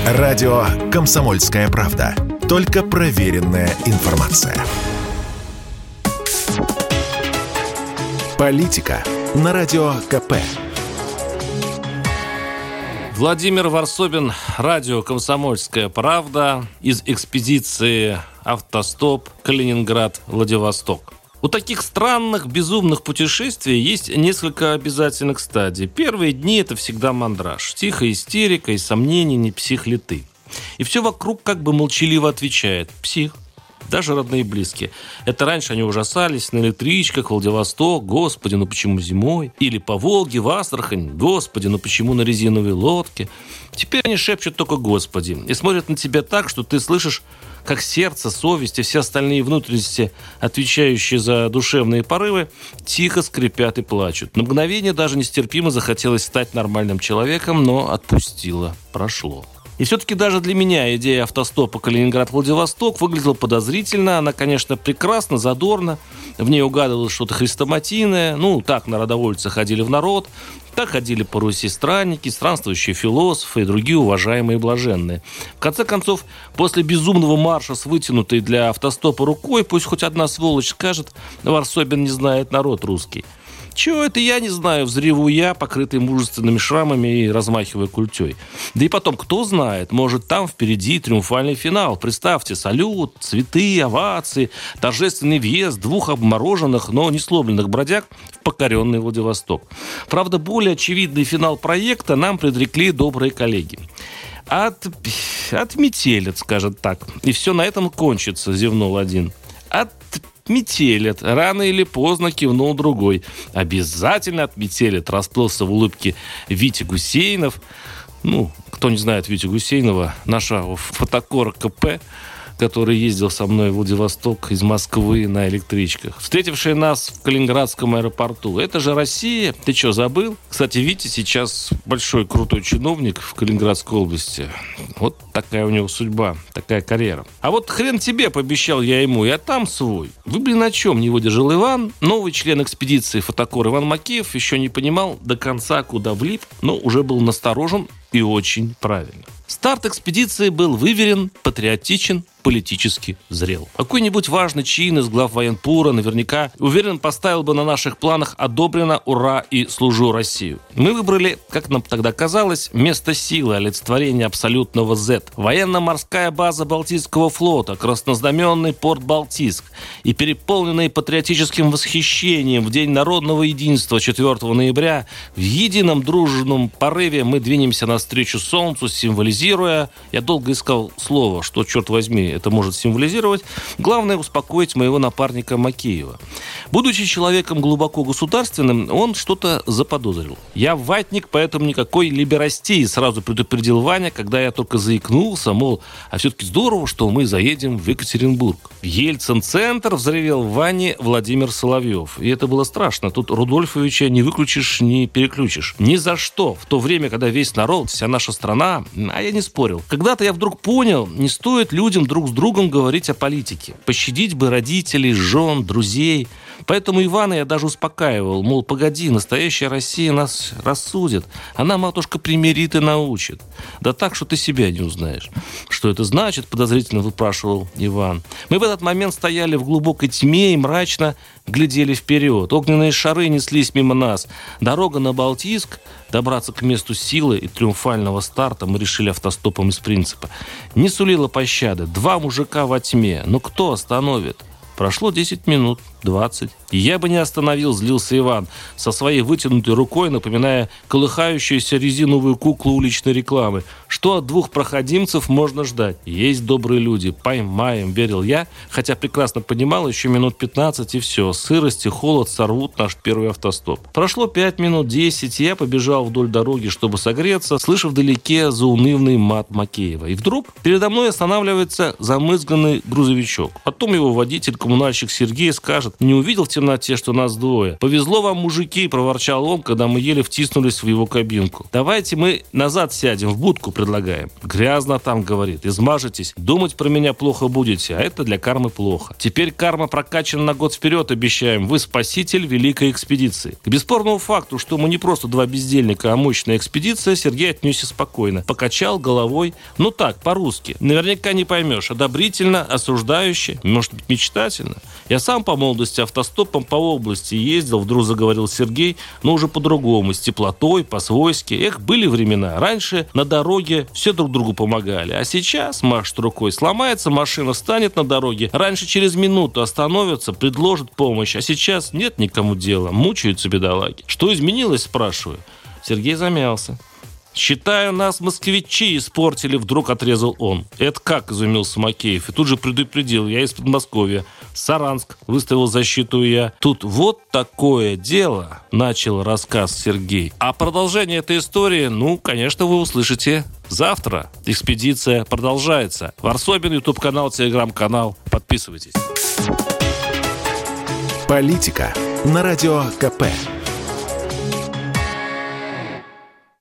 Радио «Комсомольская правда». Только проверенная информация. Политика на Радио КП. Владимир Варсобин, радио «Комсомольская правда» из экспедиции «Автостоп. Калининград-Владивосток». У таких странных, безумных путешествий есть несколько обязательных стадий. Первые дни – это всегда мандраж. Тихая истерика и сомнения, не псих ли ты. И все вокруг как бы молчаливо отвечает: псих. Даже родные и близкие. Это раньше они ужасались на электричках, Владивосток, господи, ну почему зимой? Или по Волге, в Астрахань, господи, ну почему на резиновой лодке? Теперь они шепчут только господи и смотрят на тебя так, что ты слышишь, как сердце, совесть и все остальные внутренности, отвечающие за душевные порывы, тихо скрипят и плачут. На мгновение даже нестерпимо захотелось стать нормальным человеком, но отпустило, прошло. И все-таки даже для меня идея автостопа Калининград-Владивосток выглядела подозрительно. Она, конечно, прекрасно, задорно. В ней угадывалось что-то хрестоматийное. Ну, так народовольцы ходили в народ. Так ходили по Руси странники, странствующие философы и другие уважаемые блаженные. В конце концов, после безумного марша с вытянутой для автостопа рукой, пусть хоть одна сволочь скажет: Варсобин не знает народ русский. Чего это я не знаю, взреву я, покрытый мужественными шрамами и размахивая культей. Да и потом, кто знает, может, там впереди триумфальный финал. Представьте, салют, цветы, овации, торжественный въезд двух обмороженных, но не сломленных бродяг в покоренный Владивосток. Правда, более очевидный финал проекта нам предрекли добрые коллеги. Отметелят, скажем так. И все на этом кончится, зевнул один. Отметелят. Рано или поздно, кивнул другой. Обязательно отметелят, расплылся в улыбке Витя Гусейнов. Ну, кто не знает Витю Гусейнова, наша фотокора КП, который ездил со мной в Владивосток из Москвы на электричках, встретивший нас в Калининградском аэропорту. Это же Россия. Ты что, забыл? Кстати, Витя сейчас большой крутой чиновник в Калининградской области. Вот такая у него судьба, такая карьера. А вот хрен тебе, пообещал я ему, я там свой. Вы, блин, о чем? Не выдержал Иван. Новый член экспедиции фотокор Иван Макеев еще не понимал до конца, куда влип, но уже был насторожен и очень правильно. Старт экспедиции был выверен, патриотичен, политически зрел. Какой-нибудь важный чин из глав военпура наверняка, уверен, поставил бы на наших планах «одобрено, ура» и «служу Россию». Мы выбрали, как нам тогда казалось, место силы, олицетворение абсолютного Z. Военно-морская база Балтийского флота, краснознаменный порт Балтийск. И переполненный патриотическим восхищением в День народного единства 4 ноября в едином дружном порыве мы двинемся навстречу солнцу, символизируя, я долго искал слово, что, черт возьми, это может символизировать. Главное — успокоить моего напарника Макеева. Будучи человеком глубоко государственным, он что-то заподозрил. Я ватник, поэтому никакой либерастии, сразу предупредил Ваня, когда я только заикнулся, мол, а все-таки здорово, что мы заедем в Екатеринбург. В Ельцин-центр взревел в Ване Владимир Соловьев. И это было страшно. Тут Рудольфовича не выключишь, не переключишь. Ни за что. В то время, когда весь народ, вся наша страна, а я не спорил. Когда-то я вдруг понял, не стоит людям друг с другом говорить о политике. Пощадить бы родителей, жен, друзей. Поэтому Ивана я даже успокаивал, мол, погоди, настоящая Россия нас рассудит. Она, матушка, примирит и научит. Да так, что ты себя не узнаешь. Что это значит, подозрительно выпрашивал Иван. Мы в этот момент стояли в глубокой тьме и мрачно глядели вперед. Огненные шары неслись мимо нас. Дорога на Балтийск, добраться к месту силы и триумфального старта мы решили автостопом из принципа. Не сулила пощады. 2 мужика во тьме. Но кто остановит? Прошло 10 минут, 20. Я бы не остановил, злился Иван, со своей вытянутой рукой, напоминая колыхающуюся резиновую куклу уличной рекламы. Что от 2 проходимцев можно ждать? Есть добрые люди, поймаем, верил я, хотя прекрасно понимал, еще минут 15 и все. Сырость и холод сорвут наш первый автостоп. Прошло 5 минут, 10, я побежал вдоль дороги, чтобы согреться, слыша вдалеке заунывный мат Макеева. И вдруг передо мной останавливается замызганный грузовичок. Потом его водитель, коммунальщик Сергей, скажет: скажет: не увидел в темноте, что нас двое? Повезло вам, мужики, проворчал он, когда мы еле втиснулись в его кабинку. Давайте мы назад сядем, в будку предлагаем. Грязно там, говорит, измажетесь, думать про меня плохо будете, а это для кармы плохо. Теперь карма прокачана на год вперед, обещаем. Вы спаситель великой экспедиции. К бесспорному факту, что мы не просто два бездельника, а мощная экспедиция, Сергей отнесся спокойно. Покачал головой, ну так, по-русски. Наверняка не поймешь, одобрительно, осуждающе, может быть, мечтательно. Я сам по молодости автостопом по области ездил, вдруг заговорил Сергей, но уже по-другому, с теплотой, по-свойски. Эх, были времена. Раньше на дороге все друг другу помогали, а сейчас машет рукой, сломается машина, встанет на дороге, раньше через минуту остановится, предложит помощь, а сейчас нет никому дела, мучаются бедолаги. Что изменилось, спрашиваю? Сергей замялся. «Считаю, нас москвичи испортили», — вдруг отрезал он. «Это как?» — изумился Макеев. И тут же предупредил: я из Подмосковья. Саранск, выставил защиту я. Тут вот такое дело, начал рассказ Сергей. А продолжение этой истории, конечно, вы услышите завтра. Экспедиция продолжается. Варсобин, YouTube-канал, Telegram-канал. Подписывайтесь. Политика на радио КП.